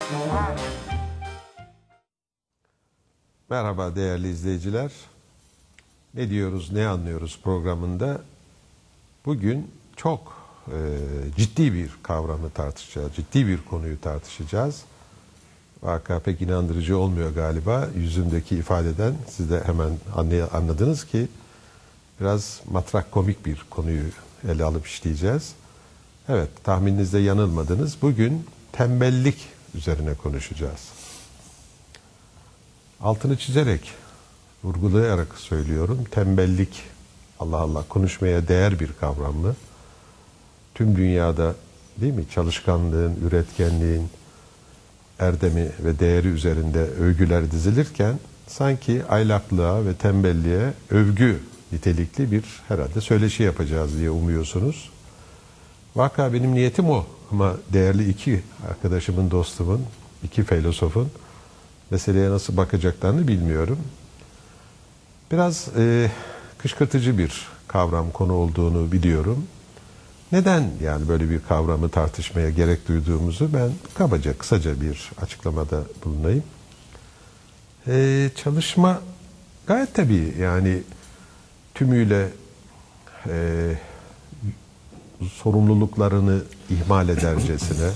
Merhaba değerli izleyiciler. Ne diyoruz, ne anlıyoruz programında bugün çok ciddi bir kavramı tartışacağız, ciddi bir konuyu tartışacağız. Vaka pek inandırıcı olmuyor galiba. Yüzümdeki ifadeden siz de hemen anladınız ki biraz matrak komik bir konuyu ele alıp işleyeceğiz. Evet, tahmininizde yanılmadınız. Bugün tembellik üzerine konuşacağız. Altını çizerek, vurgulayarak söylüyorum. Tembellik, Allah Allah, konuşmaya değer bir kavram mı? Tüm dünyada değil mi? Çalışkanlığın, üretkenliğin, erdemi ve değeri üzerinde övgüler dizilirken sanki aylaklığa ve tembelliğe övgü nitelikli bir herhalde söyleşi yapacağız diye umuyorsunuz. Vaka benim niyetim o. Ama değerli iki arkadaşımın, dostumun, iki filozofun meseleye nasıl bakacaklarını bilmiyorum. Biraz kışkırtıcı bir kavram, konu olduğunu biliyorum. Neden yani böyle bir kavramı tartışmaya gerek duyduğumuzu ben kabaca, kısaca bir açıklamada bulunayım. Çalışma gayet tabii yani tümüyle sorumluluklarını ihmal edercesine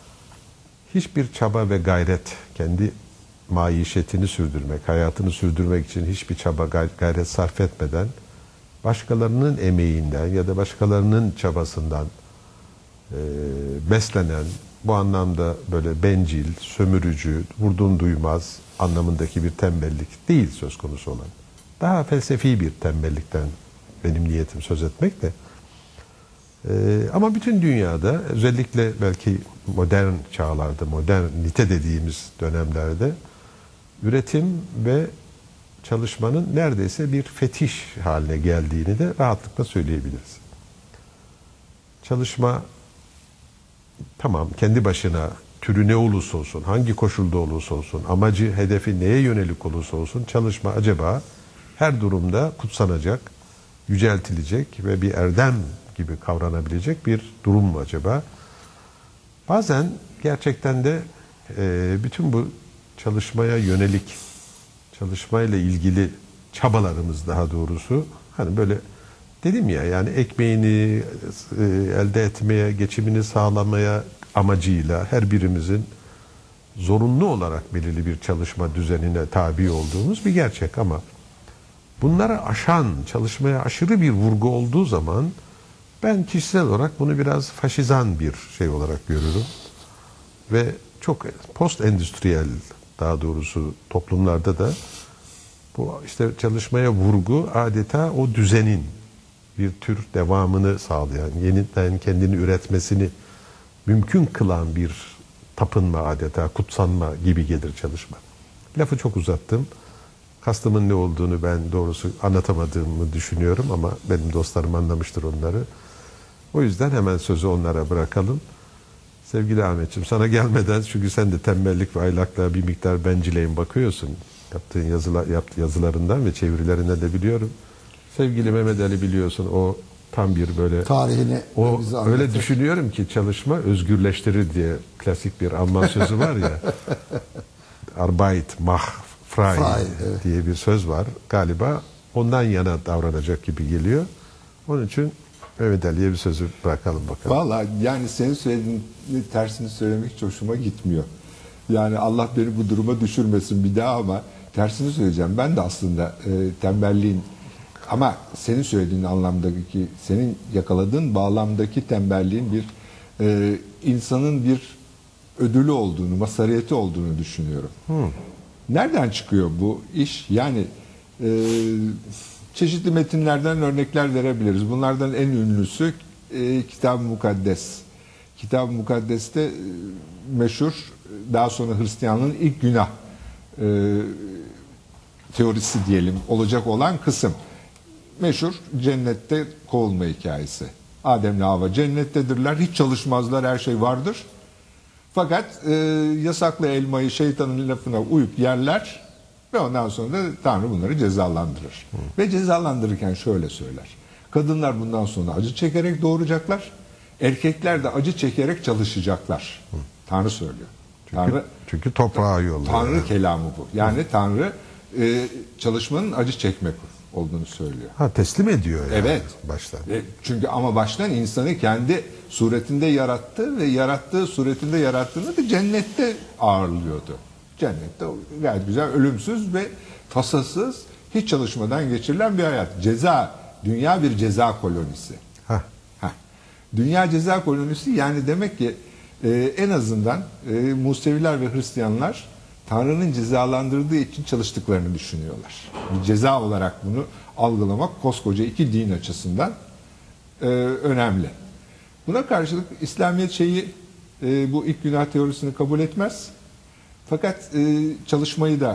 hiçbir çaba ve gayret, kendi maişetini sürdürmek, hayatını sürdürmek için hiçbir çaba gayret sarf etmeden başkalarının emeğinden ya da başkalarının çabasından beslenen, bu anlamda böyle bencil, sömürücü, vurdum duymaz anlamındaki bir tembellik değil söz konusu olan. Daha felsefi bir tembellikten benim niyetim söz etmek de. Ama bütün dünyada, özellikle belki modern çağlarda, modernite dediğimiz dönemlerde üretim ve çalışmanın neredeyse bir fetiş haline geldiğini de rahatlıkla söyleyebiliriz. Çalışma tamam kendi başına türü ne olursa olsun, hangi koşulda olursa olsun, amacı, hedefi neye yönelik olursa olsun çalışma acaba her durumda kutsanacak, yüceltilecek ve bir erdem gibi kavranabilecek bir durum mu acaba? Bazen gerçekten de bütün bu çalışmaya yönelik, çalışmayla ilgili çabalarımız daha doğrusu hani böyle dedim ya yani ekmeğini elde etmeye, geçimini sağlamaya amacıyla her birimizin zorunlu olarak belirli bir çalışma düzenine tabi olduğumuz bir gerçek ama bunları aşan, çalışmaya aşırı bir vurgu olduğu zaman ben kişisel olarak bunu biraz faşizan bir şey olarak görürüm. Ve çok post-endüstriyel daha doğrusu toplumlarda da bu işte çalışmaya vurgu adeta o düzenin bir tür devamını sağlayan, yeniden kendini üretmesini mümkün kılan bir tapınma adeta, kutsanma gibi gelir çalışma. Lafı çok uzattım. Kastımın ne olduğunu ben doğrusu anlatamadığımı düşünüyorum ama benim dostlarım anlamıştır onları. O yüzden hemen sözü onlara bırakalım. Sevgili Ahmetciğim, sana gelmeden çünkü sen de tembellik ve aylaklığa bir miktar bencileyin bakıyorsun. Yaptığın yazılarından ve çevirilerinden de biliyorum. Sevgili Mehmet Ali biliyorsun o tam bir böyle tarihini o öyle düşünüyorum ki çalışma özgürleştirir diye klasik bir Alman sözü var ya. Arbeit macht frei evet. diye bir söz var. Galiba ondan yana davranacak gibi geliyor. Onun için Mehmet Ali'ye bir sözü bırakalım bakalım. Vallahi yani senin söylediğin tersini söylemek hiç hoşuma gitmiyor. Yani Allah beni bu duruma düşürmesin bir daha ama tersini söyleyeceğim. Ben de aslında tembelliğin ama senin söylediğin anlamdaki, senin yakaladığın bağlamdaki tembelliğin bir insanın bir ödülü olduğunu, mazhariyeti olduğunu düşünüyorum. Nereden çıkıyor bu iş? Yani çeşitli metinlerden örnekler verebiliriz. Bunlardan en ünlüsü Kitab-ı Mukaddes. Kitab-ı Mukaddes'te meşhur, daha sonra Hristiyanlığın ilk günah teorisi diyelim olacak olan kısım. Meşhur cennette kovulma hikayesi. Adem'le Havva cennettedirler, hiç çalışmazlar, her şey vardır. Fakat yasaklı elmayı şeytanın lafına uyup yerler ve ondan sonra da Tanrı bunları cezalandırır. Ve cezalandırırken şöyle söyler. Kadınlar bundan sonra acı çekerek doğuracaklar, erkekler de acı çekerek çalışacaklar. Tanrı söylüyor. Tanrı, Çünkü toprağa yolluyor. Tanrı kelamı bu. Yani Tanrı çalışmanın acı çekmek olduğunu söylüyor. Teslim ediyor yani Evet. baştan. Çünkü ama baştan insanı kendi suretinde yarattı ve yarattığı suretinde yarattığını da cennette ağırlıyordu. Cennette gayet güzel, ölümsüz ve tasasız, hiç çalışmadan geçirilen bir hayat. Ceza, dünya bir ceza kolonisi. Hah. Dünya ceza kolonisi, yani demek ki en azından Museviler ve Hristiyanlar Tanrı'nın cezalandırdığı için çalıştıklarını düşünüyorlar. Bir ceza olarak bunu algılamak koskoca iki din açısından önemli. Buna karşılık İslamiyet bu ilk günah teorisini kabul etmez. Fakat çalışmayı da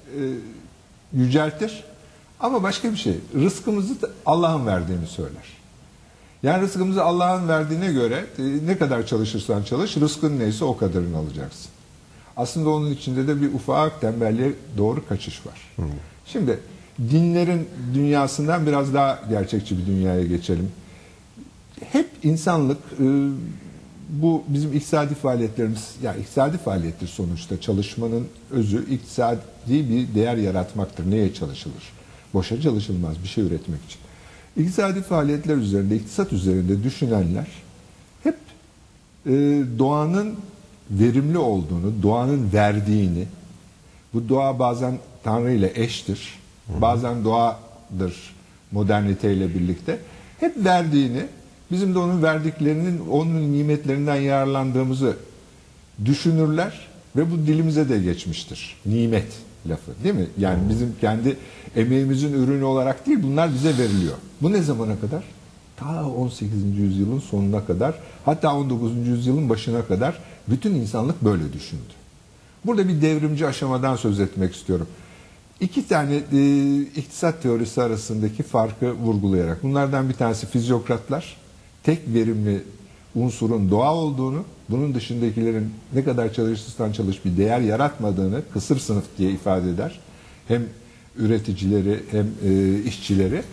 yüceltir. Ama başka bir şey, rızkımızı da Allah'ın verdiğini söyler. Yani rızkımızı Allah'ın verdiğine göre ne kadar çalışırsan çalış, rızkın neyse o kadarını alacaksın. Aslında onun içinde de bir ufak tembelliğe doğru kaçış var. Şimdi dinlerin dünyasından biraz daha gerçekçi bir dünyaya geçelim. Hep insanlık, bu bizim iktisadi faaliyetlerimiz, yani iktisadi faaliyettir sonuçta, çalışmanın özü iktisadi bir değer yaratmaktır. Neye çalışılır? Boşa çalışılmaz bir şey üretmek için. İktisadi faaliyetler üzerinde, iktisat üzerinde düşünenler hep doğanın verimli olduğunu, doğanın verdiğini, bu doğa bazen Tanrı ile eştir, bazen doğadır moderniteyle birlikte, hep verdiğini, bizim de onun verdiklerinin, onun nimetlerinden yararlandığımızı düşünürler ve bu dilimize de geçmiştir. Nimet lafı, değil mi? Yani bizim kendi emeğimizin ürünü olarak değil, bunlar bize veriliyor. Bu ne zamana kadar? Ta 18. yüzyılın sonuna kadar, hatta 19. yüzyılın başına kadar bütün insanlık böyle düşündü. Burada bir devrimci aşamadan söz etmek istiyorum. İki tane iktisat teorisi arasındaki farkı vurgulayarak. Bunlardan bir tanesi fizyokratlar, tek verimli unsurun doğa olduğunu, bunun dışındakilerin ne kadar çalışırsan çalış bir değer yaratmadığını kısır sınıf diye ifade eder. Hem üreticileri hem işçileri.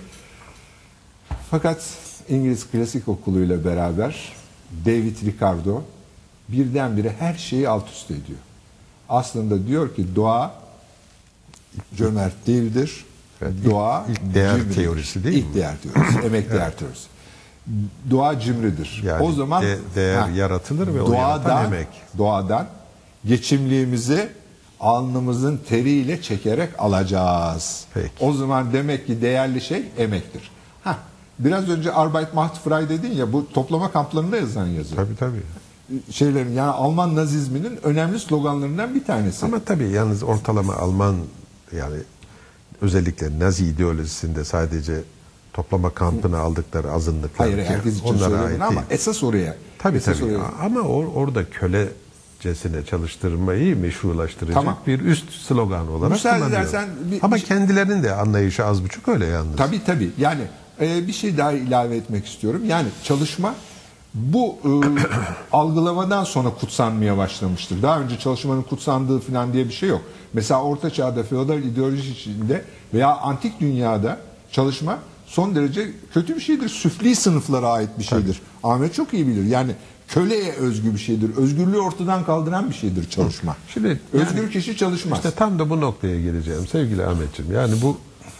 Fakat İngiliz klasik okuluyla beraber David Ricardo birdenbire her şeyi alt üst ediyor. Aslında diyor ki doğa cömert değildir. Evet, doğa ilk değer cimridir. teorisi değil mi? İlk değer teorisi, emek değer teorisi. Doğa cimridir. Yani o zaman değer yaratılır ve o yaratan emek. Doğadan geçimliğimizi alnımızın teriyle çekerek alacağız. Peki. O zaman demek ki değerli şey emektir. Biraz önce Arbeit macht frei dedin ya, bu toplama kamplarında yazan yazı. Tabii. Şeylerin, yani Alman nazizminin önemli sloganlarından bir tanesi. Ama tabii yalnız ortalama Alman, yani özellikle Nazi ideolojisinde sadece toplama kampına aldıkları azınlıklar. Hayır, herkes için söylüyorum ama esas oraya. Tabii. Oraya. Ama orada kölecesine çalıştırmayı meşrulaştıracak bir üst slogan olarak müsaade kullanıyor. edersen Ama kendilerinin de anlayışı az buçuk öyle yalnız. Tabii. Yani bir şey daha ilave etmek istiyorum. Yani çalışma bu algılamadan sonra kutsanmaya başlamıştır. Daha önce çalışmanın kutsandığı falan diye bir şey yok. Mesela Orta Çağ'da feodal ideoloji içinde veya antik dünyada çalışma son derece kötü bir şeydir. Süfli sınıflara ait bir şeydir. Ahmet çok iyi bilir. Yani köleye özgü bir şeydir. Özgürlüğü ortadan kaldıran bir şeydir çalışma. Şimdi özgür kişi çalışmaz. İşte tam da bu noktaya geleceğim sevgili Ahmetciğim. Yani bu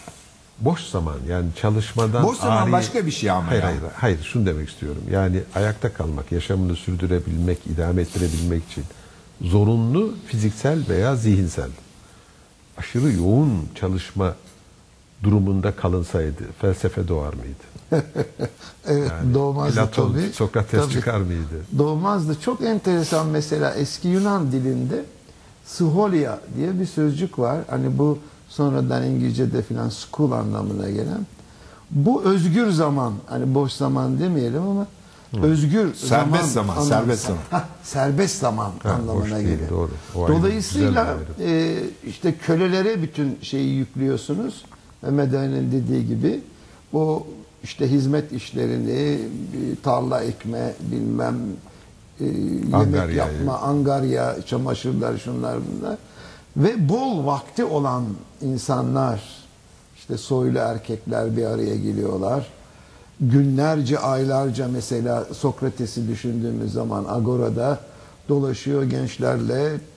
boş zaman, yani çalışmadan... Boş zaman başka bir şey ama. Hayır, şunu demek istiyorum. Yani ayakta kalmak, yaşamını sürdürebilmek, idame ettirebilmek için zorunlu fiziksel veya zihinsel aşırı yoğun çalışma durumunda kalınsaydı felsefe doğar mıydı? Evet, Yani doğmazdı Platon, tabii. Sokrates çıkar mıydı? Doğmazdı. Çok enteresan, mesela eski Yunan dilinde scholia diye bir sözcük var. Hani bu sonradan İngilizce'de filan school anlamına gelen. Bu özgür zaman, hani boş zaman demeyelim ama özgür serbest zaman, serbest zaman anlamına geliyor. Doğru. Dolayısıyla işte kölelere bütün şeyi yüklüyorsunuz. Mehmet Ali'nin dediği gibi o işte hizmet işlerini, tarla ekme, bilmem yemek yapma, angarya, çamaşırlar, şunlar bunlar ve bol vakti olan insanlar, işte soylu erkekler bir araya geliyorlar. Günlerce, aylarca, mesela Sokrates'i düşündüğümüz zaman Agora'da dolaşıyor gençlerle,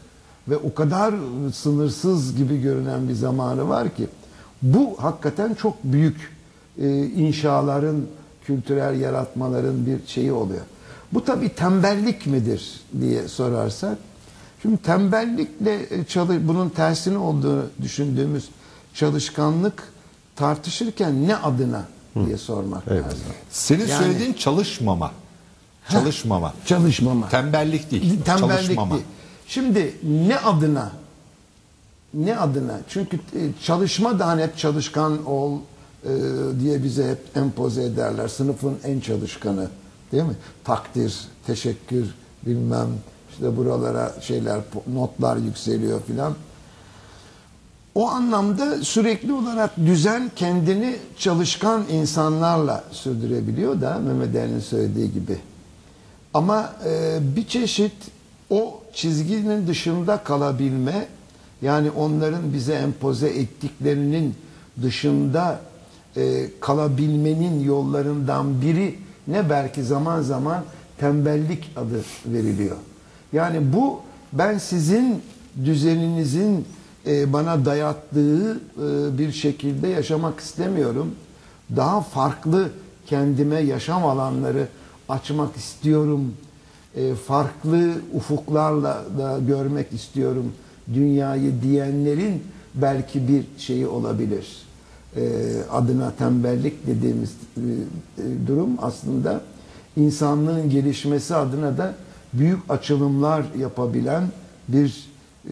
ve o kadar sınırsız gibi görünen bir zamanı var ki bu hakikaten çok büyük inşaların, kültürel yaratmaların bir şeyi oluyor. Bu tabii tembellik midir diye sorarsak, şimdi tembellikle bunun tersini olduğunu düşündüğümüz çalışkanlık tartışırken ne adına diye sormak lazım. Senin Yani- söylediğin çalışmama. Çalışmama. Çalışmama. Tembellik değil. Tembellik çalışmama. değil. Şimdi ne adına? Ne adına? Çünkü çalışma da hani hep çalışkan ol diye bize hep empoze ederler. Sınıfın en çalışkanı, değil mi? Takdir, teşekkür, bilmem işte buralara şeyler, notlar yükseliyor filan. O anlamda sürekli olarak düzen kendini çalışkan insanlarla sürdürebiliyor da Mehmet Ali'nin söylediği gibi. Ama bir çeşit o çizginin dışında kalabilme, yani onların bize empoze ettiklerinin dışında kalabilmenin yollarından biri ne, belki zaman zaman tembellik adı veriliyor. Yani bu, ben sizin düzeninizin bana dayattığı bir şekilde yaşamak istemiyorum. Daha farklı kendime yaşam alanları açmak istiyorum. Farklı ufuklarla da görmek istiyorum dünyayı diyenlerin belki bir şeyi olabilir. Adına tembellik dediğimiz durum aslında insanlığın gelişmesi adına da büyük açılımlar yapabilen bir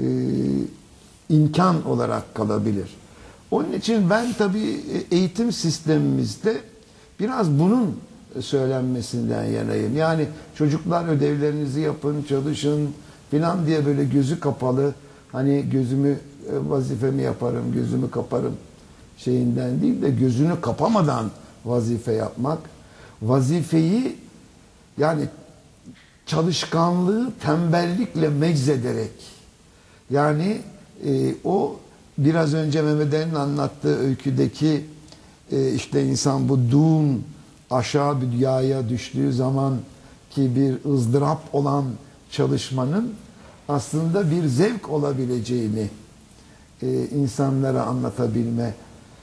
imkan olarak kalabilir. Onun için ben tabii eğitim sistemimizde biraz bunun söylenmesinden yanayım. Yani çocuklar ödevlerinizi yapın, çalışın filan diye böyle gözü kapalı, hani gözümü, vazifemi yaparım, gözümü kaparım şeyinden değil de gözünü kapamadan vazife yapmak. Vazifeyi, yani çalışkanlığı tembellikle meczederek, yani o biraz önce Mehmet Ali'nin anlattığı öyküdeki işte insan bu dûn aşağı bir dünyaya düştüğü zaman ki bir ızdırap olan çalışmanın aslında bir zevk olabileceğini insanlara anlatabilme.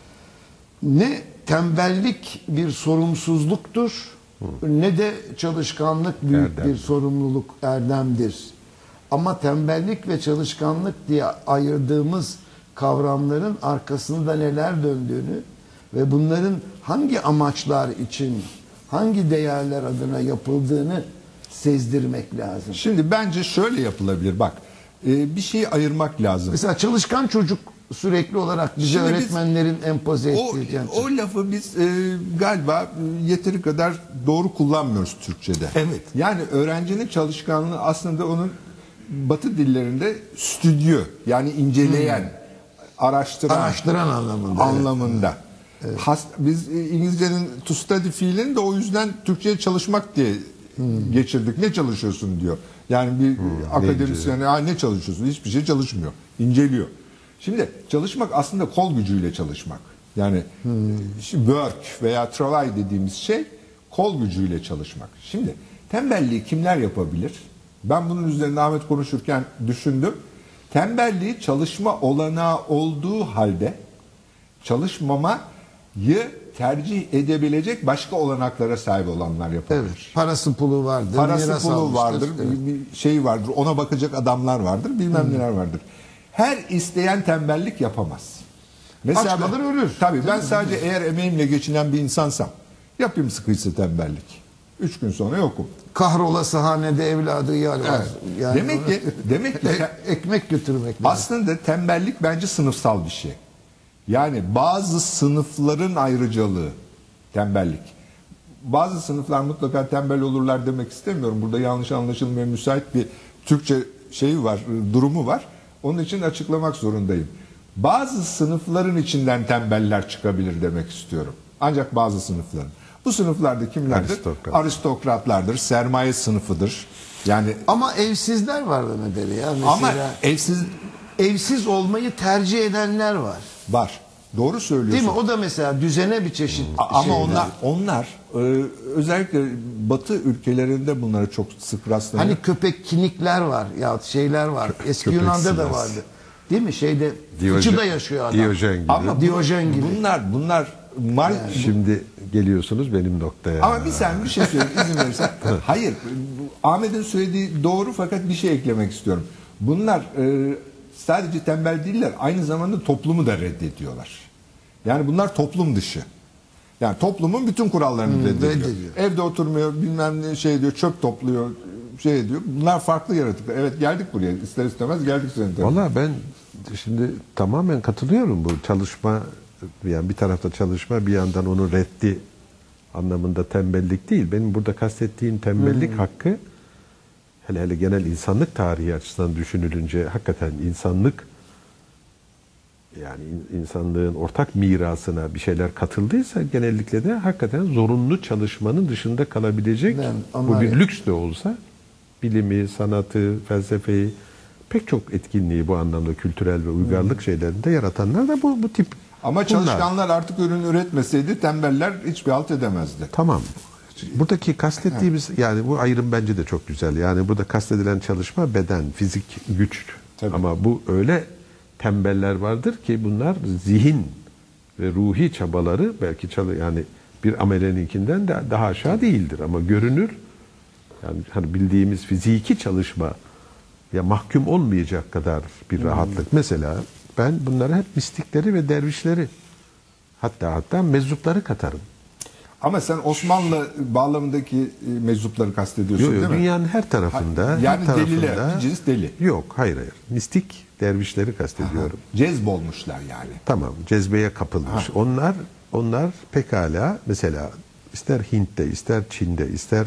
Ne tembellik bir sorumsuzluktur, ne de çalışkanlık büyük bir sorumluluk, erdemdir. Ama tembellik ve çalışkanlık diye ayırdığımız kavramların arkasında neler döndüğünü ve bunların hangi amaçlar için, hangi değerler adına yapıldığını sezdirmek lazım. Şimdi bence şöyle yapılabilir. Bak, bir şeyi ayırmak lazım. Mesela çalışkan çocuk sürekli olarak bize Şimdi biz öğretmenlerin empoze ettiği. o lafı biz galiba yeteri kadar doğru kullanmıyoruz Türkçe'de. Evet. Yani öğrencinin çalışkanlığı aslında onun Batı dillerinde stüdyo, yani inceleyen, araştıran anlamında. Evet. Biz İngilizcenin to study fiilini de o yüzden Türkçe'ye çalışmak diye geçirdik. Ne çalışıyorsun diyor. Yani bir akademisyen ne çalışıyorsun? Hiçbir şey çalışmıyor. İnceliyor. Şimdi çalışmak aslında kol gücüyle çalışmak. Yani work veya travail dediğimiz şey kol gücüyle çalışmak. Şimdi tembelliği kimler yapabilir? Ben bunun üzerine Ahmet konuşurken düşündüm. Tembelliği çalışma olanağı olduğu halde çalışmamayı tercih edebilecek başka olanaklara sahip olanlar yapabilir. Evet. Parası pulu vardır. Parası pulu vardır. Evet. Bir şey vardır. Ona bakacak adamlar vardır. Bilmem neler vardır. Her isteyen tembellik yapamaz. Aç kalır ölür. Tabii ben sadece eğer emeğimle geçinen bir insansam yapayım sıkıysa tembellik. 3 gün sonra yokum. Kahrolası hanede evladı yar var. Evet. Yani Demek ki ekmek götürmek lazım. aslında tembellik bence sınıfsal bir şey. Yani bazı sınıfların ayrıcalığı tembellik. Bazı sınıflar mutlaka tembel olurlar demek istemiyorum. Burada yanlış anlaşılmaya müsait bir Türkçe şeyi var, durumu var. Onun için açıklamak zorundayım. Bazı sınıfların içinden tembeller çıkabilir demek istiyorum. Ancak bazı sınıfların. Bu sınıflarda kimlerdir? Aristokratlardır, sermaye sınıfıdır. Yani ama evsizler var Mehmet Ali ya. Mesela ama evsiz olmayı tercih edenler var. var. doğru söylüyorsun. Değil mi? O da mesela düzene bir çeşit Ama şeyler. onlar özellikle Batı ülkelerinde bunlara çok sık rastlanıyor. Hani köpek kinikler var ya şeyler var. Eski Köpek Yunan'da da silas. vardı. Değil mi? Şeyde Diyojen- fıçıda yaşıyor adam. Diyojen gibi. Ama Diyojen gibi. bunlar Şimdi geliyorsunuz benim noktaya. Ama bir şey söyleyeyim izin verirsen. Hayır. Ahmet'in söylediği doğru fakat bir şey eklemek istiyorum. Bunlar sadece tembel değiller. Aynı zamanda toplumu da reddediyorlar. Yani bunlar toplum dışı. Yani toplumun bütün kurallarını reddediyor. reddediyor. Evde oturmuyor, bilmem ne şey diyor, çöp topluyor, şey ediyor. Bunlar farklı yaratıklar. Evet geldik buraya. İster istemez geldik senin tarafına. Valla ben şimdi tamamen katılıyorum bu çalışma, yani bir tarafta çalışma bir yandan onun reddi anlamında tembellik değil. Benim burada kastettiğim tembellik hakkı hele hele genel insanlık tarihi açısından düşünülünce hakikaten insanlık, yani insanlığın ortak mirasına bir şeyler katıldıysa genellikle de hakikaten zorunlu çalışmanın dışında kalabilecek, bu bir lüks de olsa bilimi, sanatı, felsefeyi, pek çok etkinliği bu anlamda kültürel ve uygarlık şeylerinde yaratanlar da bu tip. Ama bunlar. çalışkanlar artık ürün üretmeseydi tembeller hiçbir halt edemezdi. Tamam. Buradaki kastettiğimiz, yani bu ayrım bence de çok güzel. Yani burada kastedilen çalışma beden, fizik, güç. Tabii. Ama bu öyle tembeller vardır ki bunlar zihin ve ruhi çabaları belki yani bir ameleninkinden de daha aşağı değildir ama görünür. Yani hani bildiğimiz fiziki çalışma ya mahkum olmayacak kadar bir rahatlık. Mesela ben bunlara hep mistikleri ve dervişleri, hatta meczupları katarım. Ama sen Osmanlı bağlamındaki meczupları kastediyorsun değil mi? Dünyanın her tarafında. Yani her tarafında, deliler, bir cins deli. Yok, hayır. Mistik dervişleri kastediyorum. Cezbolmuşlar yani. Tamam, cezbeye kapılmış. Onlar pekala mesela ister Hint'te, ister Çin'de, ister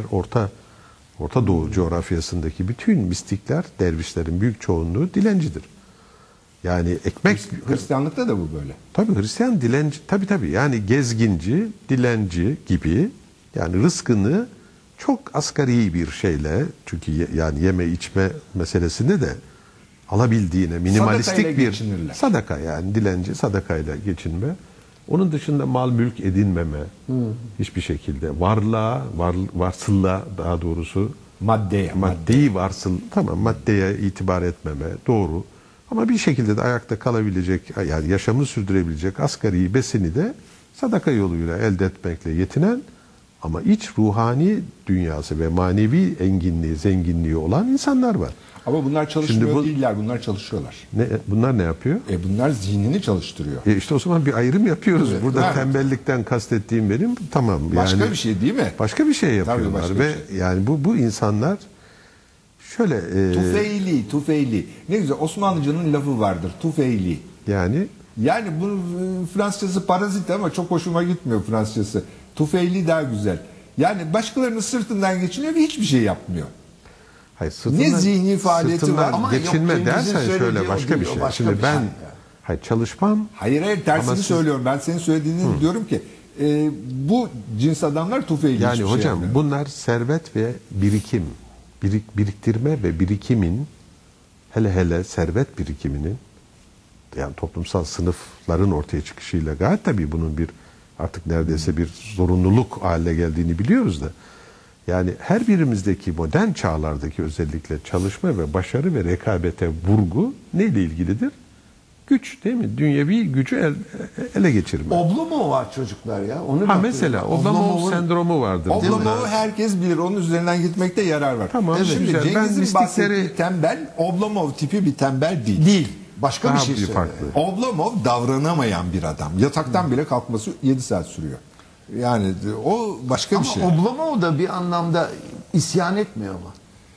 Orta Doğu coğrafyasındaki bütün mistikler, dervişlerin büyük çoğunluğu dilencidir. Yani ekmek... Hristiyanlıkta da bu böyle. Tabii Hristiyan dilenci, tabii yani gezginci, dilenci gibi, yani rızkını çok asgari bir şeyle, çünkü yani yeme içme meselesinde de alabildiğine minimalistik Sadakayla bir geçinirler. sadaka, yani dilenci sadakayla geçinme. Onun dışında mal mülk edinmeme hiçbir şekilde, varsıllığa daha doğrusu maddi varsıl, tamam, maddeye itibar etmeme doğru. Ama bir şekilde de ayakta kalabilecek, yani yaşamını sürdürebilecek asgari besini de sadaka yoluyla elde etmekle yetinen ama iç ruhani dünyası ve manevi enginliği, zenginliği olan insanlar var. Ama bunlar çalışmıyor Şimdi değiller, bunlar çalışıyorlar. Bunlar ne yapıyor? Bunlar zihnini çalıştırıyor. İşte o zaman bir ayrım yapıyoruz. Evet, Burada evet. tembellikten kastettiğim benim, tamam. Başka bir şey değil mi? Başka bir şey yapıyorlar başka bir ve yani bu insanlar şöyle... Tufeyli. Ne güzel, Osmanlıca'nın lafı vardır, tufeyli. Yani bu Fransızcası parazit ama çok hoşuma gitmiyor Fransızcası. Tufeyli daha güzel. Yani başkalarının sırtından geçiniyor ve hiçbir şey yapmıyor. hayır, Ne zihni faaliyeti var ama geçinme yok, dersen söylediği şöyle o başka değil, bir o şey. başka Şimdi bir ben şey yani. çalışmam. Hayır tersini Ama söylüyorum. Ben senin söylediğini diyorum ki bu cins adamlar tufeyli. Yani hiçbir şey hocam yapmıyor. bunlar servet ve birikim, biriktirme ve birikimin, hele servet birikiminin, yani toplumsal sınıfların ortaya çıkışıyla gayet tabii bunun bir artık neredeyse bir zorunluluk haline geldiğini biliyoruz da. Yani her birimizdeki modern çağlardaki özellikle çalışma ve başarı ve rekabete vurgu neyle ilgilidir? Güç, değil mi? Dünyevi gücü ele geçirme. Oblomov var çocuklar ya. Onu Mesela Oblomov sendromu vardır. Oblomov'u herkes bilir. Onun üzerinden gitmekte yarar var. Tamam, Şimdi güzel. Ben Cengiz'in mistikleri- bahsettiği tembel, Oblomov tipi bir tembel değil. Değil. Başka Daha bir şey bir söyle. farklı. Oblomov davranamayan bir adam. Yataktan bile kalkması 7 saat sürüyor. Yani o başka Ama bir şey. Oblomov da bir anlamda isyan etmiyor mu?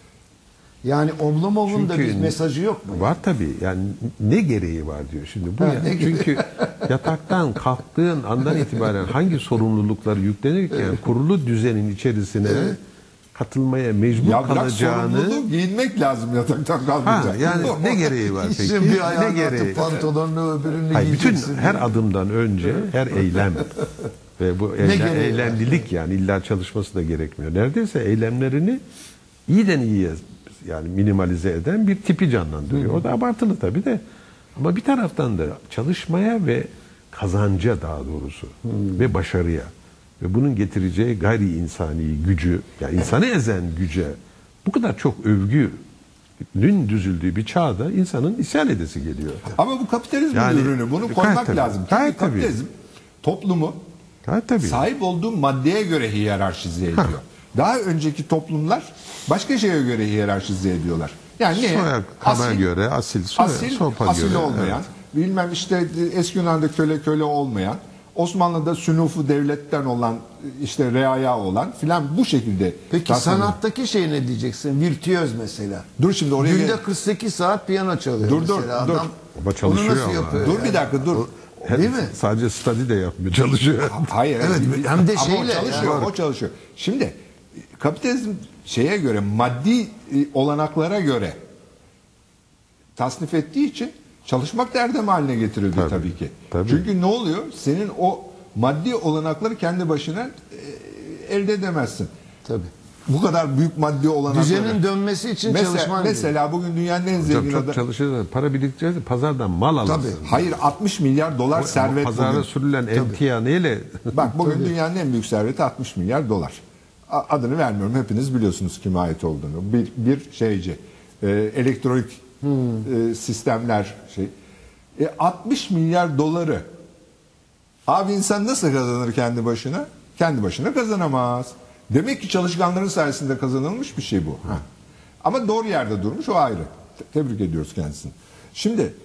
Yani Oblomov'un da bir mesajı yok mu? Var tabii. Yani ne gereği var diyor şimdi bu. Ha, yani. Çünkü yataktan kalktığın andan itibaren hangi sorumlulukları yüklenirken kurulu düzenin içerisine katılmaya mecbur Ya bırak kalacağını. sorumluluğu giyinmek lazım yataktan kalkınca. Yani ne gereği var peki? İşte bir Ne ayağını gereği? atıp pantolonunu öbürünü Hayır, bütün giyeceksin. her adımdan önce her eylem ve bu gereği var? eylemlilik, yani illa çalışması da gerekmiyor. Neredeyse eylemlerini iyiden iyiye yani minimalize eden bir tipi canlandırıyor. O da abartılı tabii de. Ama bir taraftan da çalışmaya ve kazanca daha doğrusu ve başarıya ve bunun getireceği gayri insani gücü, yani insanı ezen güce bu kadar çok övgünün düzüldüğü bir çağda insanın isyan edesi geliyor. Ama bu kapitalizmin Yani, ürünü. Bunu gayet koymak tabii, lazım. gayet Çünkü kapitalizm toplumu Gayet tabii. sahip olduğu maddeye göre hiyerarşize ediyor. Daha önceki toplumlar başka şeye göre hiyerarşize ediyorlar. Yani ne? Soyakana göre, asil sopa asil göre. olmayan, bilmem işte eski Yunan'da köle olmayan, Osmanlı'da sünufu devletten olan, işte reaya olan filan bu şekilde. Peki tasarlanıyor. sanattaki şey ne diyeceksin? Virtüöz mesela. Dur şimdi oraya Günde gel. 48 saat piyano çalıyor Dur, mesela. dur. Adam Ama çalışıyor onu nasıl ama. yapıyor? Dur yani? bir dakika dur. Değil mi? Sadece study de yapmıyor, çalışıyor. Hayır. Evet, hem de Ama şeyle o çalışıyor, yani. o çalışıyor. Şimdi kapitalizm şeye göre, maddi olanaklara göre tasnif ettiği için çalışmak da erdem haline getirildi tabii ki. Tabii. Çünkü ne oluyor? Senin o maddi olanakları kendi başına elde edemezsin. Tabii. Bu kadar büyük maddi olanakları. Düzenin dönmesi için çalışman mesela bugün dünyanın en zengin Çok adamı. çalışırsa para biriktireceğiz, pazardan mal alırsın. Tabii. Hayır, 60 milyar dolar Ama servet pazara bugün. sürülen emtia neyle? Bak bugün dünyanın en büyük serveti 60 milyar dolar. Adını vermiyorum. Hepiniz biliyorsunuz kime ait olduğunu. Bir şeyci. Elektronik sistemler şey. 60 milyar doları abi insan nasıl kazanır kendi başına? Kendi başına kazanamaz. Demek ki çalışkanların sayesinde kazanılmış bir şey bu. Ha. Ama doğru yerde durmuş, o ayrı. Tebrik ediyoruz kendisini. Şimdi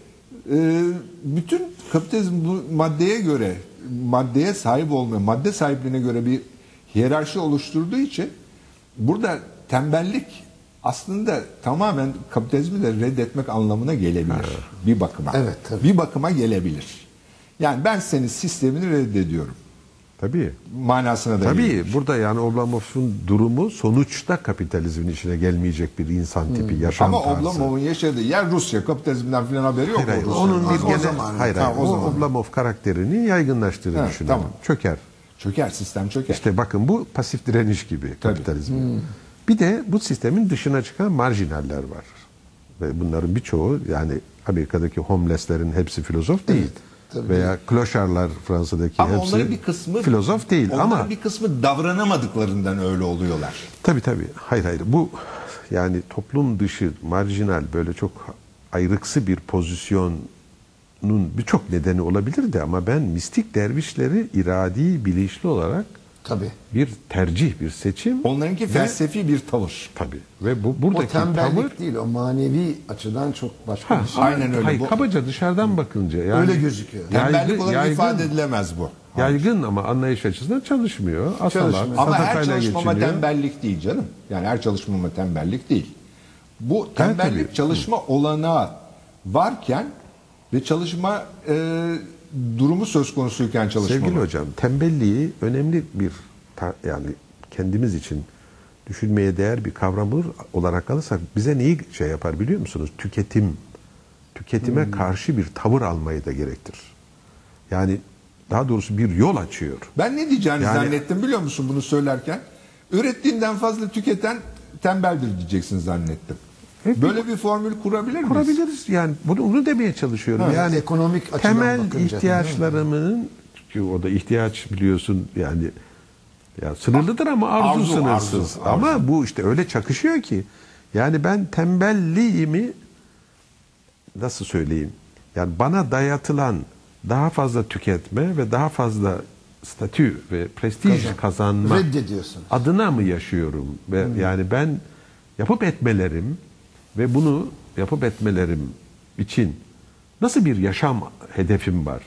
bütün kapitalizm bu maddeye göre, maddeye sahip olmaya, madde sahipliğine göre bir hiyerarşi oluşturduğu için burada tembellik aslında tamamen kapitalizmi de reddetmek anlamına gelebilir. Bir bakıma. Evet, tabii. Bir bakıma gelebilir. Yani ben senin sistemini reddediyorum. Tabii. Manasına da gelir. Tabii burada yani Oblomov'un durumu sonuçta kapitalizmin içine gelmeyecek bir insan tipi, yaşam Ama tarzı. Oblomov'un yaşadığı yer Rusya. Kapitalizmden falan haberi yok. Hayır, o onun Rusya'nın. bir O gene, zaman. hayır, Ha, o o zaman. Oblomov karakterini yaygınlaştırır Evet, düşünüyorum. tamam. Çöker. Çöker, sistem çöker. İşte bakın bu pasif direniş gibi kapitalizm. Bir de bu sistemin dışına çıkan marjinaller var. Ve bunların birçoğu yani Amerika'daki homeless'lerin hepsi filozof değil. tabii. Veya kloşarlar Fransa'daki Ama hepsi onların bir kısmı filozof değil onların ama bir kısmı davranamadıklarından öyle oluyorlar. tabii. Hayır. Bu yani toplum dışı marjinal böyle çok ayrıksı bir pozisyonun birçok nedeni olabilir de ama ben mistik dervişleri iradi, bilinçli olarak Tabii. bir tercih, bir seçim. Onlarınki felsefi bir tavır. Tabii. Ve O buradaki tembellik tavır değil, o manevi açıdan çok başka bir şey. Aynen öyle. Hayır, Bu- kabaca dışarıdan bakınca yani Öyle gözüküyor. Tembellik olarak ifade edilemez bu. Yaygın ama anlayış açısından çalışmıyor. Asalak, Çalışmıyor. Ama her sadakayla çalışmama geçiniyor. tembellik değil canım. Yani her çalışmama tembellik değil. Bu tembellik tabii. çalışma olanağı varken ve çalışma durumu söz konusuyken çalışma. Sevgili hocam, tembelliği önemli bir yani kendimiz için düşünmeye değer bir kavram olarak alırsak bize neyi şey yapar biliyor musunuz? Tüketime karşı bir tavır almayı da gerektirir. Yani daha doğrusu bir yol açıyor. Ben ne diyeceğini Yani- zannettim biliyor musun bunu söylerken? Ürettiğinden fazla tüketen tembeldir diyeceksin zannettim. Evet, Böyle bir formül kurabilir miyiz? Kurabiliriz yani bunu demeye çalışıyorum. Evet, yani ekonomik açıdan temel bakınca, ihtiyaçlarımın çünkü o da ihtiyaç biliyorsun yani ya sınırlıdır ama arzu Arzu, sınırsız. arzu. Ama bu işte öyle çakışıyor ki yani ben tembelliğimi nasıl söyleyeyim? Yani bana dayatılan daha fazla tüketme ve daha fazla statü ve prestij kazanma Reddediyorsun. adına mı yaşıyorum? Ve yani ben yapıp etmelerim ve bunu yapıp etmelerim için nasıl bir yaşam hedefim var?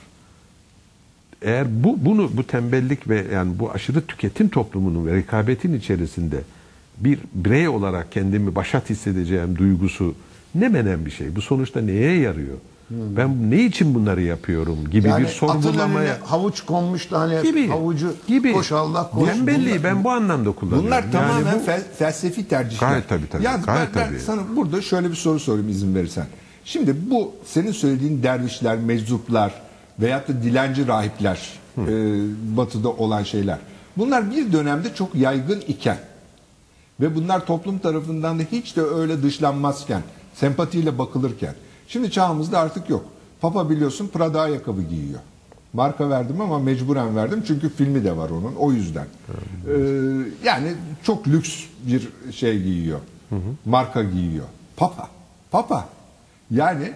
Eğer bu tembellik ve yani bu aşırı tüketim toplumunun ve rekabetin içerisinde bir birey olarak kendimi başat hissedeceğim duygusu ne menen bir şey. Bu sonuçta neye yarıyor? Ben ne için bunları yapıyorum gibi Yani bir sorgulamaya atın önüne havuç konmuş da hani gibi havucu gibi. koş Allah koş. Tembelliği ben bu anlamda kullanıyorum. Bunlar tamamen bu- felsefi tercihler. Gayet tabii. Ya Gayet ben tabii. sana burada şöyle bir soru sorayım izin verirsen. Şimdi bu senin söylediğin dervişler, meczuplar veyahut da dilenci rahipler batıda olan şeyler. Bunlar bir dönemde çok yaygın iken ve bunlar toplum tarafından da hiç de öyle dışlanmazken, sempatiyle bakılırken. Şimdi çağımızda artık yok. Papa biliyorsun Prada ayakkabı giyiyor. Marka verdim ama mecburen verdim. Çünkü filmi de var onun. O yüzden. Yani çok lüks bir şey giyiyor. Marka giyiyor. Papa. Yani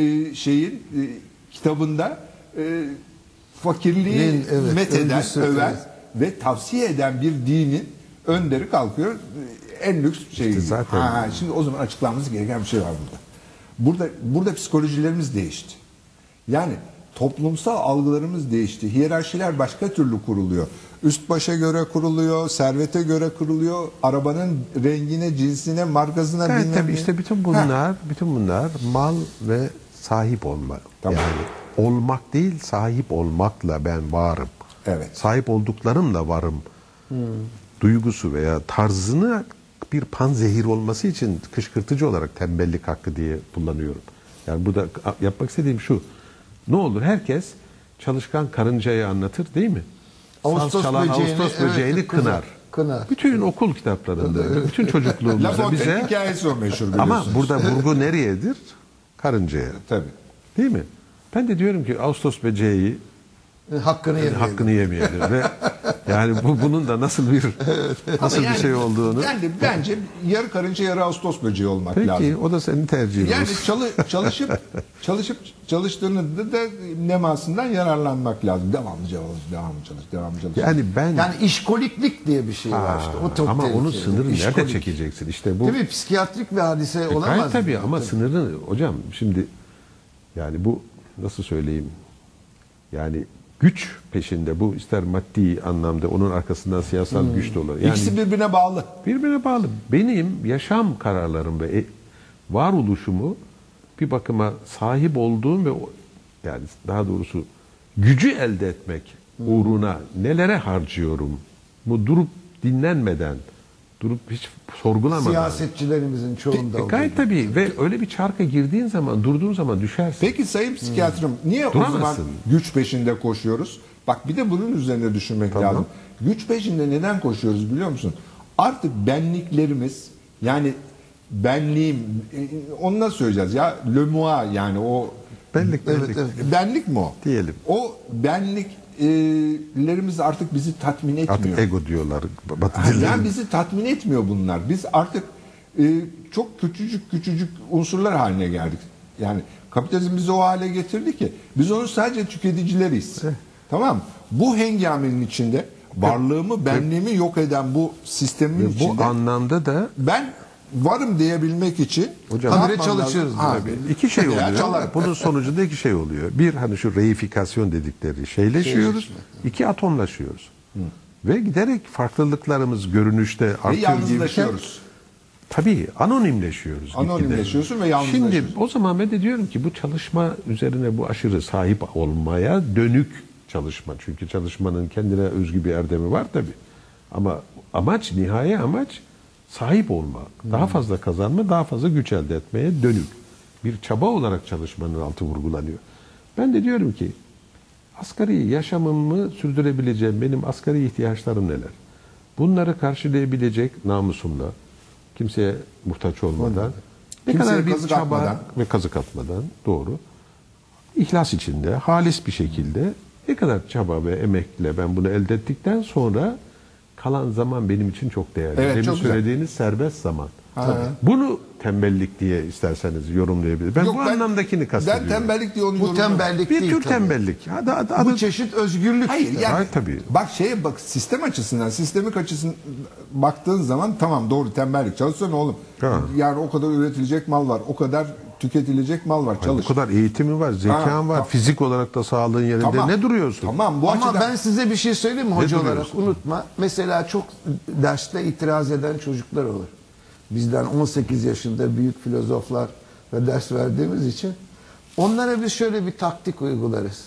kitabında fakirliği Evet, metheden, öncüsü, öven evet. ve tavsiye eden bir dinin önderi kalkıyor. En lüks şey. İşte zaten. Şimdi o zaman açıklamamız gereken bir şey var burada. Burada psikolojilerimiz değişti. Yani toplumsal algılarımız değişti. Hiyerarşiler başka türlü kuruluyor. Üst başa göre kuruluyor, servete göre kuruluyor, arabanın rengine, cinsine, markasına Evet, bilmem tabii ne. işte bütün bunlar mal ve sahip olmak. Tamam. Yani olmak değil, sahip olmakla ben varım. Evet. Sahip olduklarımla varım. Duygusu veya tarzını bir panzehir olması için kışkırtıcı olarak tembellik hakkı diye kullanıyorum. Yani burada yapmak istediğim şu. Ne olur herkes çalışkan karıncayı anlatır değil mi? Ağustos Saz çalan böceğini, Ağustos böceğini evet, kınar. kınar. Bütün okul kitaplarında, bütün La çocukluğumuzda Fontaine bize... hikayesi o meşhur biliyorsunuz. Ama burada vurgu nereyedir? Karıncaya. Tabii. Değil mi? Ben de diyorum ki Ağustos böceği Hakkını yemeyelim. hakkını yemeyelim ve yani bunun da nasıl bir Ama şey olduğunu. Yani bence yarı karınca yarı Ağustos böceği olmak Peki lazım. o da senin tercihin Yani olsun. çalıştığını da nemasından yararlanmak lazım. Devamlı çalış. Yani işkoliklik diye bir şey var işte. O çok Ama onun tehlikeli. sınırını nerede İşkolik. çekeceksin? İşte bu. Değil mi? Psikiyatrik bir hadise Gayet olamaz. tabii mı? ama sınırını hocam şimdi yani bu nasıl söyleyeyim? Yani güç peşinde bu ister maddi anlamda onun arkasından siyasal güç de olur. Yani İkisi birbirine bağlı. birbirine bağlı. Benim yaşam kararlarım ve varoluşumu bir bakıma sahip olduğum ve yani daha doğrusu gücü elde etmek uğruna nelere harcıyorum? Bu durup dinlenmeden, durup hiç sorgulamadan. Siyasetçilerimizin çoğunda olduğu Gayet gibi. tabii ve öyle bir çarka girdiğin zaman, durduğun zaman düşersin. Peki sayın psikiyatrım niye o zaman Duramazsın. güç peşinde koşuyoruz? Bak bir de bunun üzerine düşünmek Tamam. lazım. Güç peşinde neden koşuyoruz biliyor musun? Artık benliklerimiz yani benliğim onu nasıl söyleyeceğiz ya le moi yani o Benlik. benlik mi o? Diyelim. O benliklerimiz artık bizi tatmin etmiyor. Artık ego diyorlar Batı Yani dillerinde. bizi tatmin etmiyor bunlar. Biz artık çok küçücük unsurlar haline geldik. Yani kapitalizm bizi o hale getirdi ki biz onun sadece tüketicileriyiz. Tamam mı? Bu hengamenin içinde varlığımı, benliğimi yok eden bu sistemin Bu içinde anlamda da ben varım diyebilmek için hocam, ne habire yapmam çalışıyoruz lazım? tabii. İki şey Ya oluyor. çalar. Bunun sonucunda iki şey oluyor. Bir hani şu reifikasyon dedikleri şeyleşiyoruz. İki atomlaşıyoruz. Ve giderek farklılıklarımız görünüşte Ve artıyor gibi. yalnızlaşıyoruz. Tabii anonimleşiyoruz. Anonimleşiyorsun gitgide. ve yalnızlaşıyorsun. Şimdi o zaman ben de diyorum ki bu çalışma üzerine bu aşırı sahip olmaya dönük çalışma. Çünkü çalışmanın kendine özgü bir erdemi var tabii. Ama amaç, nihai amaç sahip olmak. Daha fazla kazanma, daha fazla güç elde etmeye dönük. Bir çaba olarak çalışmanın altı vurgulanıyor. Ben de diyorum ki asgari yaşamımı sürdürebileceğim benim asgari ihtiyaçlarım neler? Bunları karşılayabilecek namusumla, kimseye muhtaç olmadan, ne Kimseye kadar bir kazık çaba atmadan. ve kazık atmadan, doğru. İhlas içinde, halis bir şekilde ne kadar çaba ve emekle ben bunu elde ettikten sonra kalan zaman benim için çok değerli. Evet, Demin çok güzel. söylediğiniz serbest zaman. Bunu tembellik diye isterseniz yorumlayabiliriz. Ben Yok, bu anlamdakini kastediyorum. Ben tembellik diye onu Bu yorumluyorum. tembellik Bir değil tür tabii. tembellik. Bu çeşit özgürlük. Hayır işte. yani Gayet tabii. bak sistem açısından sistemik açısından baktığın zaman tamam doğru tembellik çalışsana oğlum. Ha. Yani o kadar üretilecek mal var, o kadar tüketilecek mal var, çalış. Bu kadar eğitimi var, zekan Ha, var, ha. fizik olarak da sağlığın yerinde. Tamam. Ne duruyorsun? Tamam bu Ama açıdan ben size bir şey söyleyeyim mi hoca olarak? duruyorsun? Unutma. Mesela çok derste itiraz eden çocuklar olur. Bizden 18 yaşında büyük filozoflar ve ders verdiğimiz için onlara biz şöyle bir taktik uygularız.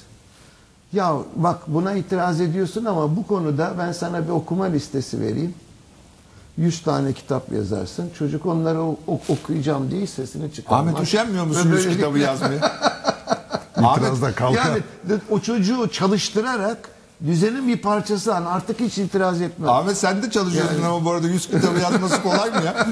Ya bak buna itiraz ediyorsun ama bu konuda ben sana bir okuma listesi vereyim. 100 tane kitap yazarsın. Çocuk onları okuyacağım diye sesini çıkarmaz. Ahmet üşenmiyor musun Ve 100 böylelikle- kitabı yazmaya? İtirazda kalkar. Yani o çocuğu çalıştırarak düzenin bir parçası hani artık hiç itiraz etmez. Ahmet sen de çalışıyorsun Yani- ama bu arada 100 kitabı yazması kolay mı ya?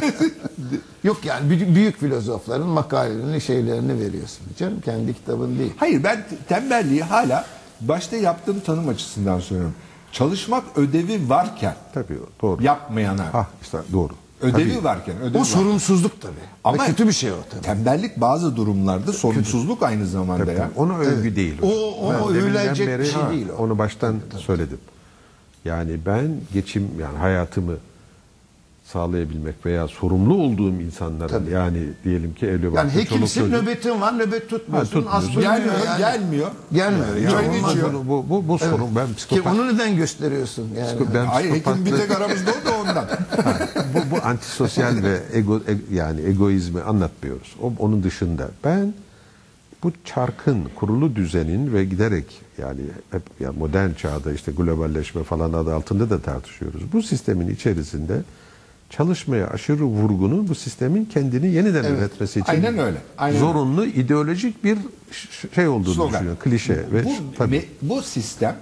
Yok yani büyük filozofların makalelerini şeylerini veriyorsun canım kendi kitabın değil. Hayır ben tembelliği hala başta yaptığım tanım açısından söylüyorum. Çalışmak ödevi varken Tabii doğru. yapmayana, Ha işte doğru. ödevi Tabii. varken, ödevi O varken. sorumsuzluk tabii. Ama Ve kötü bir şey o tabii. tembellik bazı durumlarda sorumsuzluk aynı zamanda ya. Onu övgü değil. O Ben deminden övülecek beri bir şey değil o. Onu baştan söyledim. Yani ben yani hayatımı sağlayabilmek veya sorumlu olduğum insanların yani diyelim ki evli Yani barklı, çoluk hekimsin, çocuk- nöbetin var, nöbet tutmuyorsun. tutmuyorsun. Aspirin Gelmiyor, yani. gelmiyor. Gelmiyor. Ya Çayını olmaz içiyor. bu sorun. Ben Ki psikopat. onu neden gösteriyorsun yani? Ben Hayır, hekim bir psikopatlığı- tek aramızda o da ondan. bu antisosyal ve yani egoizmi anlatmıyoruz. Onun dışında ben bu çarkın, kurulu düzenin ve giderek yani hep ya modern çağda işte globalleşme falan adı altında da tartışıyoruz. Bu sistemin içerisinde çalışmaya aşırı vurgunun bu sistemin kendini yeniden üretmesi için Aynen öyle. Aynen zorunlu ideolojik bir şey olduğunu Slogan. düşünüyorum. Klişe ve tabii. Bu sistem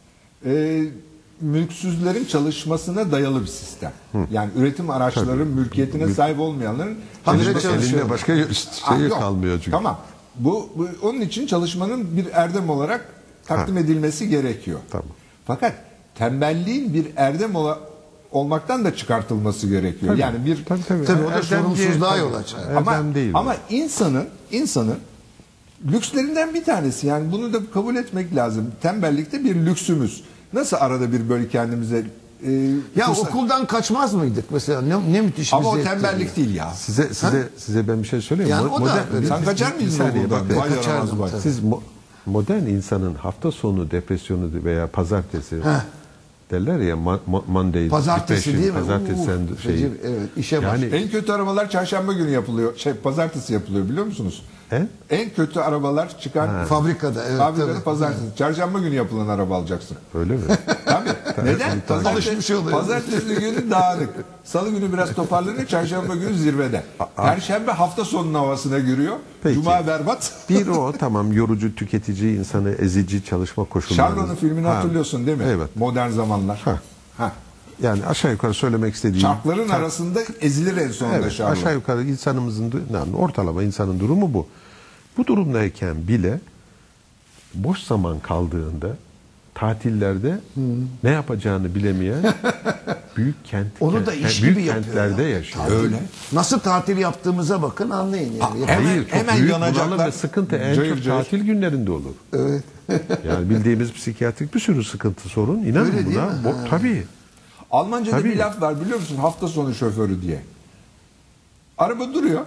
mülksüzlerin çalışmasına dayalı bir sistem. Yani üretim araçlarının mülkiyetine sahip olmayanların Habire Elinde çalışıyor. başka şey Yok. kalmıyor çünkü. Tamam. Bu onun için çalışmanın bir erdem olarak takdim edilmesi gerekiyor. Tamam. Fakat tembelliğin bir erdem olmaktan da çıkartılması gerekiyor. Tabii. Yani bir Tabii. Tabii o da Erdem sorumsuzluğa diye- yol açar. Erdem değil. ama insanın lükslerinden bir tanesi. Yani bunu da kabul etmek lazım. Tembellikte bir lüksümüz. Nasıl arada bir böyle kendimize Ya fırsat- okuldan kaçmaz mıydık mesela? Ne müthiş bir ama o zevkti tembellik ya. değil ya. Size ben bir şey söyleyeyim. Yani o da öyle. Sen kaçar mıydın saniye, okuldan? bakın. Vay Kaçardım yaramaz vay. tabii. Siz modern insanın hafta sonu depresyonu veya pazartesi derler ya Monday Pazartesi depression, değil mi? pazartesi şey. Recep, evet, işe Yani En kötü arabalar çarşamba günü yapılıyor. Pazartesi yapılıyor biliyor musunuz? En kötü arabalar çıkan Fabrikada, evet, fabrikada tabii. pazartesi. Çarşamba günü yapılan araba alacaksın. öyle mi? Tabii. Neden? Alışmış oluyor. Pazartesi günü dağınık. Salı günü biraz toparlanıyor. Çarşamba günü zirvede. Perşembe hafta sonunun havasına giriyor. Peki. Cuma berbat. Bir o tamam yorucu, tüketici, insanı ezici çalışma koşulları. Charlot'un filmini hatırlıyorsun değil mi? Evet. Modern zamanlar. Ha. Yani aşağı yukarı söylemek istediğim. Çarkların arasında ezilir en sonunda Evet, Charlotte. aşağı yukarı insanımızın yani ortalama insanın durumu bu. Bu durumdayken bile boş zaman kaldığında tatillerde ne yapacağını bilemeyen büyük Onu da iş büyük gibi yapıyor kentlerde ya. yaşıyor. Öyle. Nasıl tatil yaptığımıza bakın anlayın yani. Hayır, çok hemen büyük yanacaklar. bunalım ve sıkıntı en Cayır çok cayır. tatil günlerinde olur. Evet. Yani bildiğimiz psikiyatrik bir sürü sıkıntı, sorun. İnanın Öyle değil buna. mi? Tabii. Almanca'da Tabii. bir laf var biliyor musun? Hafta sonu şoförü diye. Araba duruyor.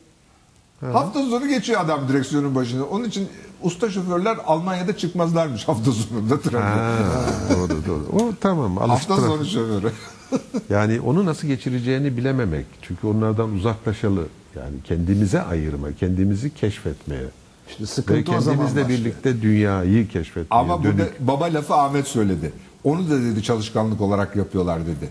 Hafta sonu geçiyor adam direksiyonun başında. Onun için usta şoförler Almanya'da çıkmazlarmış hafta sonunda trafiğe. Ha, doğru. O tamam. Hafta alıştıra- sonu şoförü. Yani onu nasıl geçireceğini bilememek. Çünkü onlardan uzaklaşalı. Yani kendimize ayırma, kendimizi keşfetmeye. İşte Ve sıkıntı o zaman kendimizle başlıyor. birlikte dünyayı keşfetmeye Ama burada baba lafı Ahmet söyledi. Onu da dedi çalışkanlık olarak yapıyorlar dedi.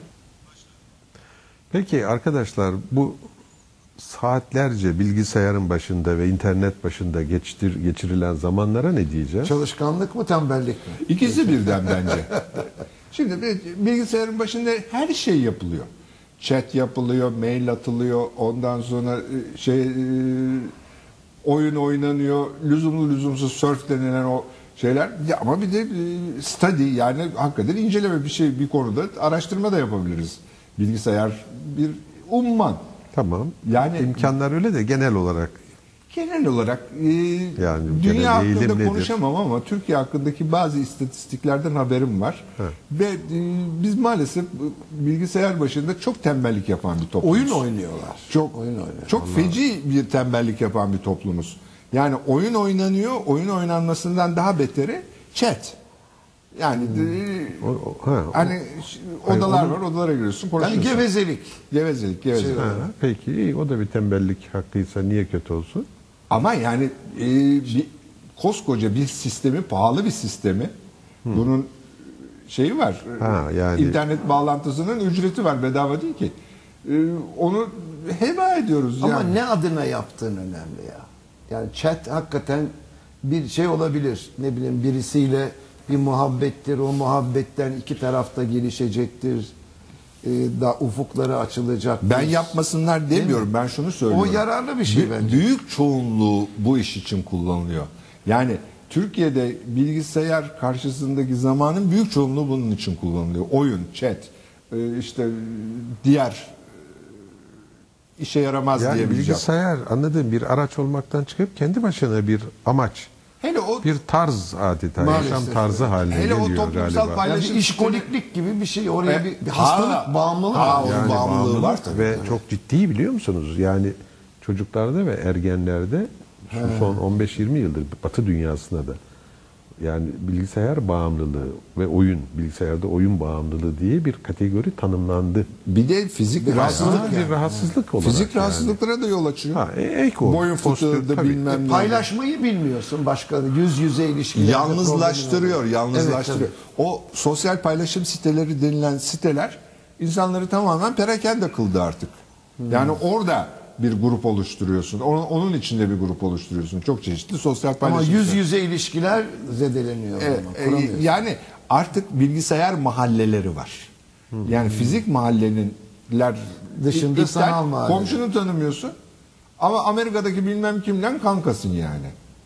Peki arkadaşlar bu saatlerce bilgisayarın başında ve internet başında geçirilen zamanlara ne diyeceğiz? Çalışkanlık mı tembellik mi? İkisi birden bence. Şimdi bilgisayarın başında her şey yapılıyor. Chat yapılıyor, mail atılıyor, ondan sonra oyun oynanıyor, lüzumlu lüzumsuz surf denilen o şeyler. Ya ama bir de study yani hakikaten inceleme bir konuda araştırma da yapabiliriz. Bilgisayar bir umman. Tamam. Yani- imkanlar öyle de genel olarak Genel olarak Yani dünya genel eğilim hakkında nedir? konuşamam ama Türkiye hakkındaki bazı istatistiklerden haberim var. Ve biz maalesef bilgisayar başında çok tembellik yapan bir toplumuz. Oyun oynuyorlar. Çok oyun oynuyor. çok feci bir tembellik yapan bir toplumuz. Yani oyun oynanıyor, oyun oynanmasından daha beteri chat. Yani hani odalar var, odalara giriyorsun, Yani konuşuyorsun. gevezelik. Gevezelik. Ha, peki iyi, o da bir tembellik hakkıysa niye kötü olsun? Ama yani bir koskoca bir sistemi, pahalı bir sistemi, bunun şeyi var. Yani- İnternet bağlantısının ücreti var, bedava değil ki. Onu heba ediyoruz Ama yani. ne adına yaptığın önemli ya. Yani chat hakikaten bir şey olabilir. Ne bileyim birisiyle bir muhabbettir. O muhabbetten iki tarafta gelişecektir. Da ufukları açılacaktır. Ben yapmasınlar demiyorum. Ben şunu söylüyorum. O yararlı bir şey bence. Büyük çoğunluğu bu iş için kullanılıyor. Yani Türkiye'de bilgisayar karşısındaki zamanın büyük çoğunluğu bunun için kullanılıyor. Oyun, chat, işte diğer işe yaramaz Yani diyebileceğim. bilgisayar anladığım bir araç olmaktan çıkıp kendi başına bir amaç, Hele o bir tarz adeta, Maalesef, yaşam tarzı haline Hele o geliyor toplumsal galiba. paylaşım- Yani bir işkoliklik gibi bir şey. Oraya bir Ha, hastalık, bağımlılık ha, var. onun bağımlılığı var tabii. Ve çok ciddi, biliyor musunuz? Yani çocuklarda ve ergenlerde şu son 15-20 yıldır Batı dünyasında da yani bilgisayar bağımlılığı ve oyun, bilgisayarda oyun bağımlılığı diye bir kategori tanımlandı. bir de fizik rahatsızlık. Bir rahatsızlık olarak. Fizik rahatsızlıklara da yol açıyor. Ha, ek o. Boyun fıtığı da tabii. bilmem ne. Paylaşmayı bilmiyorsun başka yüz yüze ilişkilerde. Yalnızlaştırıyor, yalnızlaştırıyor. Evet, O sosyal paylaşım siteleri denilen siteler insanları tamamen perakende kıldı artık. Yani orada bir grup oluşturuyorsun. Onun içinde bir grup oluşturuyorsun. Çok çeşitli sosyal Ama paylaşım. yüz yüze ilişkiler zedeleniyor. o zaman, kuramıyorsun. Yani artık bilgisayar mahalleleri var. Yani fizik mahalleler Dışında sanal mahalle. Komşunu tanımıyorsun. Ama Amerika'daki bilmem kimden kankasın yani.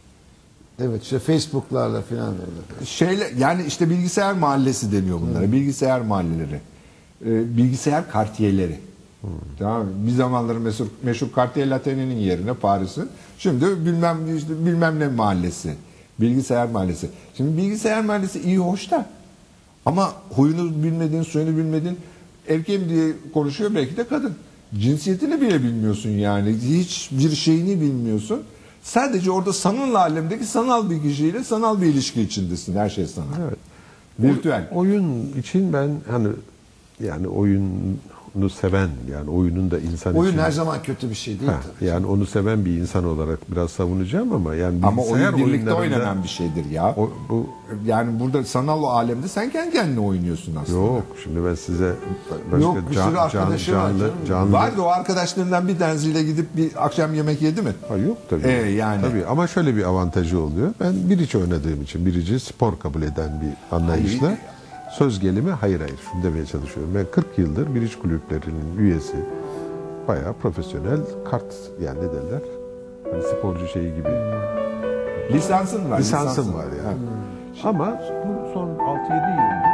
Evet, işte Facebook'larla falan öyle. Yani işte bilgisayar mahallesi deniyor bunlara. Bilgisayar mahalleleri. Bilgisayar kartiyeleri. Tamam mı? Bir zamanları meşhur Quartier Lataine'nin yerine Paris'in. Şimdi bilmem ne mahallesi. Bilgisayar mahallesi. Şimdi bilgisayar mahallesi iyi hoş da ama huyunu bilmediğin, suyunu bilmediğin, erkeğim diye konuşuyor, belki de kadın. Cinsiyetini bile bilmiyorsun yani. Hiçbir şeyini bilmiyorsun. Sadece orada sanal alemdeki sanal bir kişiyle sanal bir ilişki içindesin. Her şey sanal. Evet. Virtüel. Oyun için ben hani yani oyunu seven, yani oyunun da insan Oyun için her zaman kötü bir şey değil. Ha, tabii. yani onu seven bir insan olarak biraz savunacağım ama yani Ama bilgisayar oyun birlikte oyunlarında oynanan bir şeydir ya. bu Yani burada sanal alemde sen kendi kendine oynuyorsun aslında. yok. Şimdi ben size başka Yok, bir sürü arkadaşı var canım. Vardı, o arkadaşlarından bir tanesiyle gidip bir akşam yemek yedi mi? Ha, yok tabii. Yani. Tabii ama şöyle bir avantajı oluyor. Ben birici oynadığım için, birici spor kabul eden bir anlayışla Hayır. söz gelimi hayır şunu demeye çalışıyorum. Ben 40 yıldır birici kulüplerinin üyesi, bayağı profesyonel kart, yani ne derler? Hani sporcu şeyi gibi. Lisansın var. Lisansım var yani. Ama bu son 6-7 yıldır